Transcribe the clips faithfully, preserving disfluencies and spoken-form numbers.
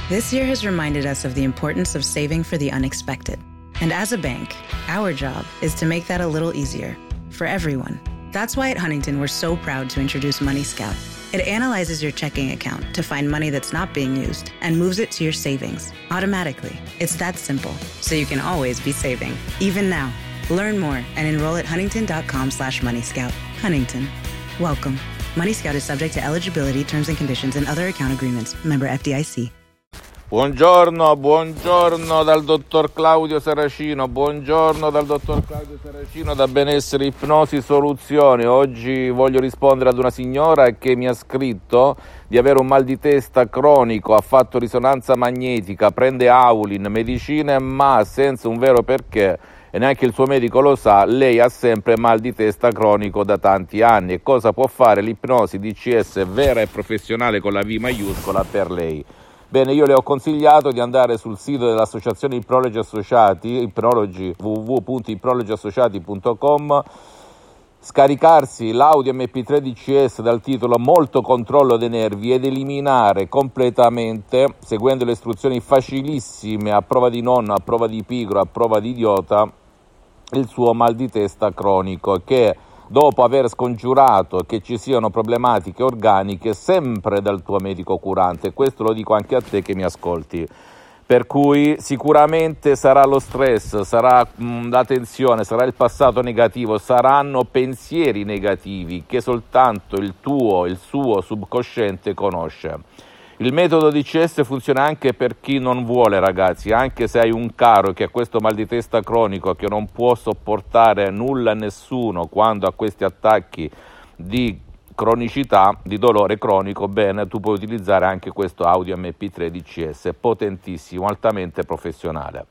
This year has reminded us of the importance of saving for the unexpected. And as a bank, our job is to make that a little easier for everyone. That's why at Huntington, we're so proud to introduce Money Scout. It analyzes your checking account to find money that's not being used and moves it to your savings automatically. It's that simple, so you can always be saving, even now. Learn more and enroll at huntington.com slash Money Scout. Huntington. Welcome. Money Scout is subject to eligibility, terms and conditions, and other account agreements. Member F D I C. Buongiorno, buongiorno dal dottor Claudio Saracino, buongiorno dal dottor Claudio Saracino da Benessere Ipnosi Soluzioni. Oggi voglio rispondere ad una signora che mi ha scritto di avere un mal di testa cronico, ha fatto risonanza magnetica, prende Aulin, medicine, ma senza un vero perché, e neanche il suo medico lo sa. Lei ha sempre mal di testa cronico da tanti anni. E cosa può fare l'ipnosi D C S vera e professionale con la V maiuscola per lei? Bene, io le ho consigliato di andare sul sito dell'associazione Ipnologi Associati, ipnologi, w w w punto ipnologi associati punto com, scaricarsi l'audio M P tre D C S dal titolo Molto controllo dei nervi ed eliminare completamente, seguendo le istruzioni facilissime, a prova di nonno, a prova di pigro, a prova di idiota, il suo mal di testa cronico, che dopo aver scongiurato che ci siano problematiche organiche sempre dal tuo medico curante. Questo lo dico anche a te che mi ascolti. Per cui sicuramente sarà lo stress, sarà mh, la tensione, sarà il passato negativo, saranno pensieri negativi che soltanto il tuo, il suo subconsciente conosce. Il metodo D C S funziona anche per chi non vuole, ragazzi, anche se hai un caro che ha questo mal di testa cronico, che non può sopportare nulla e nessuno quando ha questi attacchi di cronicità, di dolore cronico. Bene, tu puoi utilizzare anche questo audio M P tre D C S, potentissimo, altamente professionale.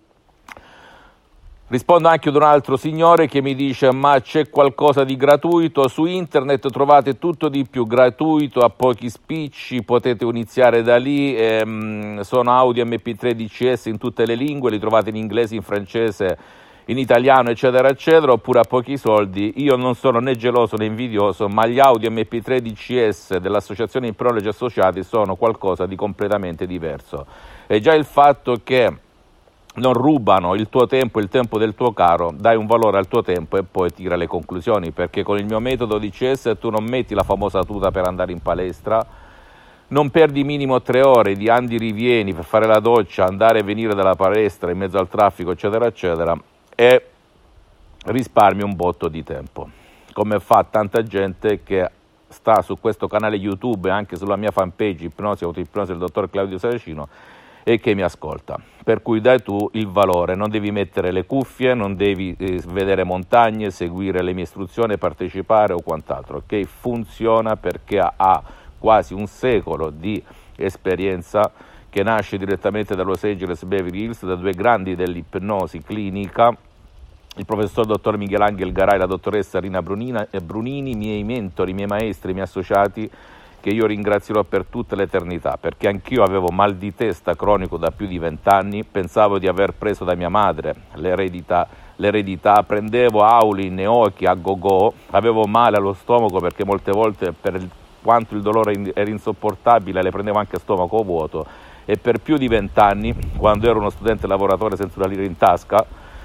Rispondo anche ad un altro signore che mi dice: ma c'è qualcosa di gratuito? Su internet trovate tutto di più gratuito, a pochi spicci, potete iniziare da lì. Ehm, sono audio M P tre D C S in tutte le lingue, li trovate in inglese, in francese, in italiano, eccetera eccetera, oppure a pochi soldi. Io non sono né geloso né invidioso, ma gli audio M P tre D C S dell'associazione Ipnologi Associati sono qualcosa di completamente diverso. E già il fatto che non rubano il tuo tempo, il tempo del tuo caro, dai un valore al tuo tempo e poi tira le conclusioni, perché con il mio metodo D C S tu non metti la famosa tuta per andare in palestra, non perdi minimo tre ore di andi rivieni per fare la doccia, andare e venire dalla palestra in mezzo al traffico, eccetera eccetera, e risparmi un botto di tempo, come fa tanta gente che sta su questo canale YouTube e anche sulla mia fanpage Ipnosi Autoipnosi del dottor Claudio Saracino e che mi ascolta. Per cui dai tu il valore, non devi mettere le cuffie, non devi eh, vedere montagne, seguire le mie istruzioni, partecipare o quant'altro, ok? Funziona perché ha quasi un secolo di esperienza, che nasce direttamente da Los Angeles Beverly Hills, da due grandi dell'ipnosi clinica, il professor dottor Michelangelo Garai e la dottoressa Rina Brunina, eh, Brunini, miei mentori, miei maestri, miei associati, che io ringrazierò per tutta l'eternità, perché anch'io avevo mal di testa cronico da più di vent'anni, pensavo di aver preso da mia madre l'eredità, l'eredità, prendevo Aulin e Oki a go-go, avevo male allo stomaco perché molte volte per il, quanto il dolore era insopportabile le prendevo anche a stomaco vuoto, e per più di vent'anni, quando ero uno studente lavoratore senza una lira in tasca,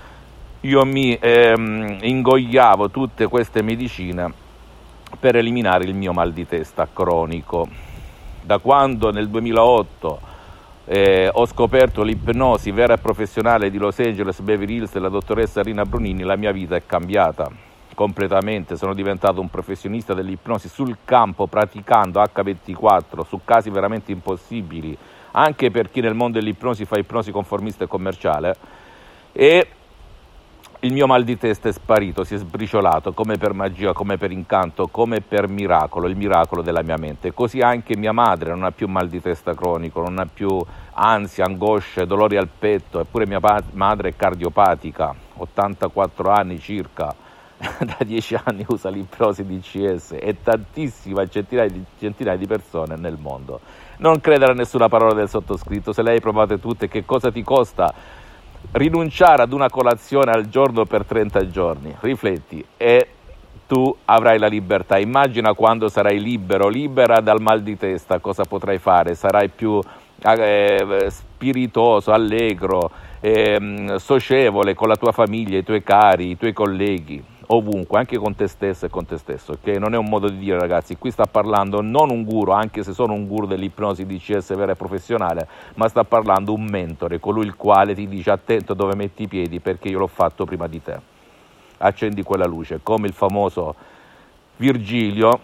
io mi ehm, ingoiavo tutte queste medicine per eliminare il mio mal di testa cronico. Da quando nel duemilaotto eh, ho scoperto l'ipnosi vera e professionale di Los Angeles Beverly Hills della dottoressa Rina Brunini, la mia vita è cambiata completamente. Sono diventato un professionista dell'ipnosi sul campo, praticando acca ventiquattro su casi veramente impossibili, anche per chi nel mondo dell'ipnosi fa ipnosi conformista e commerciale, e il mio mal di testa è sparito, si è sbriciolato, come per magia, come per incanto, come per miracolo, il miracolo della mia mente. Così anche mia madre non ha più mal di testa cronico, non ha più ansia, angosce, dolori al petto, eppure mia pa- madre è cardiopatica, ottantaquattro anni circa, da dieci anni usa l'ipnosi D C S e tantissime, centinaia di, centinaia di persone nel mondo. Non credere a nessuna parola del sottoscritto, se le hai provate tutte, che cosa ti costa rinunciare ad una colazione al giorno per trenta giorni? Rifletti e tu avrai la libertà. Immagina quando sarai libero, libera dal mal di testa, cosa potrai fare? Sarai più eh, spiritoso, allegro, eh, socievole con la tua famiglia, i tuoi cari, i tuoi colleghi, ovunque, anche con te stesso e con te stesso, che non è un modo di dire, ragazzi. Qui sta parlando non un guru, anche se sono un guru dell'ipnosi D C S vera e professionale, ma sta parlando un mentore, colui il quale ti dice attento dove metti i piedi perché io l'ho fatto prima di te. Accendi quella luce, come il famoso Virgilio,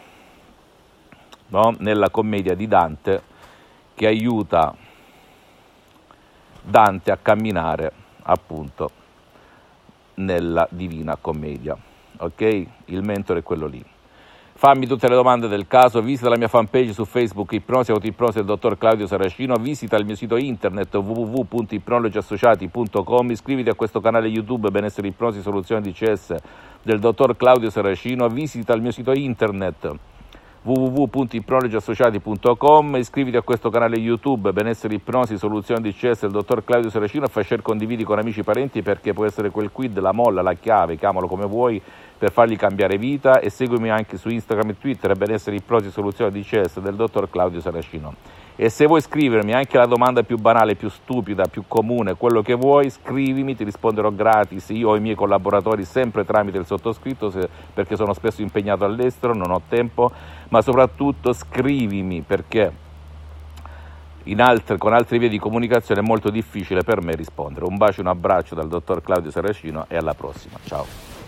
no? Nella commedia di Dante, che aiuta Dante a camminare appunto nella Divina Commedia, ok? Il mentore è quello lì. Fammi tutte le domande del caso, visita la mia fanpage su Facebook Ipnosi Autoipnosi del dottor Claudio Saracino, visita il mio sito internet w w w punto ipnologi associati punto com, iscriviti a questo canale YouTube Benessere Ipnosi Soluzione D C S del dottor Claudio Saracino, visita il mio sito internet w w w punto ipnologi associati punto com, iscriviti a questo canale YouTube Benessere Ipnosi Soluzione D C S del dottor Claudio Saracino e fai share, condividi con amici e parenti, perché può essere quel quid, la molla, la chiave, chiamalo come vuoi, per fargli cambiare vita. E seguimi anche su Instagram e Twitter Benessere Ipnosi Soluzione D C S del dottor Claudio Saracino. E se vuoi scrivermi anche la domanda più banale, più stupida, più comune, quello che vuoi, scrivimi, ti risponderò gratis, io o i miei collaboratori, sempre tramite il sottoscritto, se, perché sono spesso impegnato all'estero, non ho tempo, ma soprattutto scrivimi, perché in altre, con altre vie di comunicazione è molto difficile per me rispondere. Un bacio, un abbraccio dal dottor Claudio Saracino e alla prossima, ciao.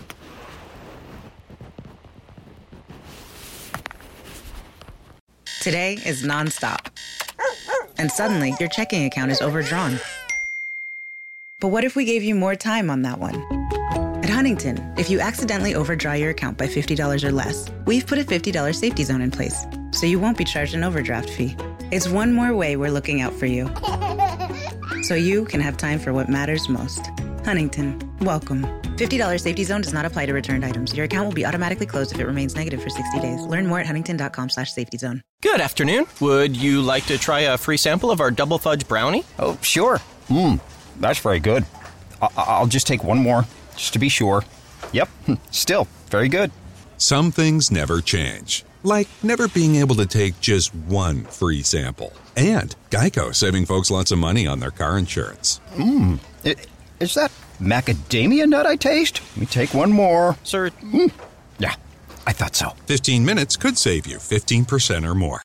Today is nonstop. And suddenly, your checking account is overdrawn. But what if we gave you more time on that one? At Huntington, if you accidentally overdraw your account by fifty dollars or less, we've put a fifty dollars safety zone in place, so you won't be charged an overdraft fee. It's one more way we're looking out for you, so you can have time for what matters most. Huntington, welcome. fifty dollars safety zone does not apply to returned items. Your account will be automatically closed if it remains negative for sixty days. Learn more at huntington.com slash safety zone. Good afternoon. Would you like to try a free sample of our double fudge brownie? Oh, sure. Mmm, that's very good. I- I'll just take one more, just to be sure. Yep, still very good. Some things never change, like never being able to take just one free sample. And Geico saving folks lots of money on their car insurance. Mmm, is that macadamia nut I taste? Let me take one more. Sir? Mm. Yeah, I thought so. fifteen minutes could save you fifteen percent or more.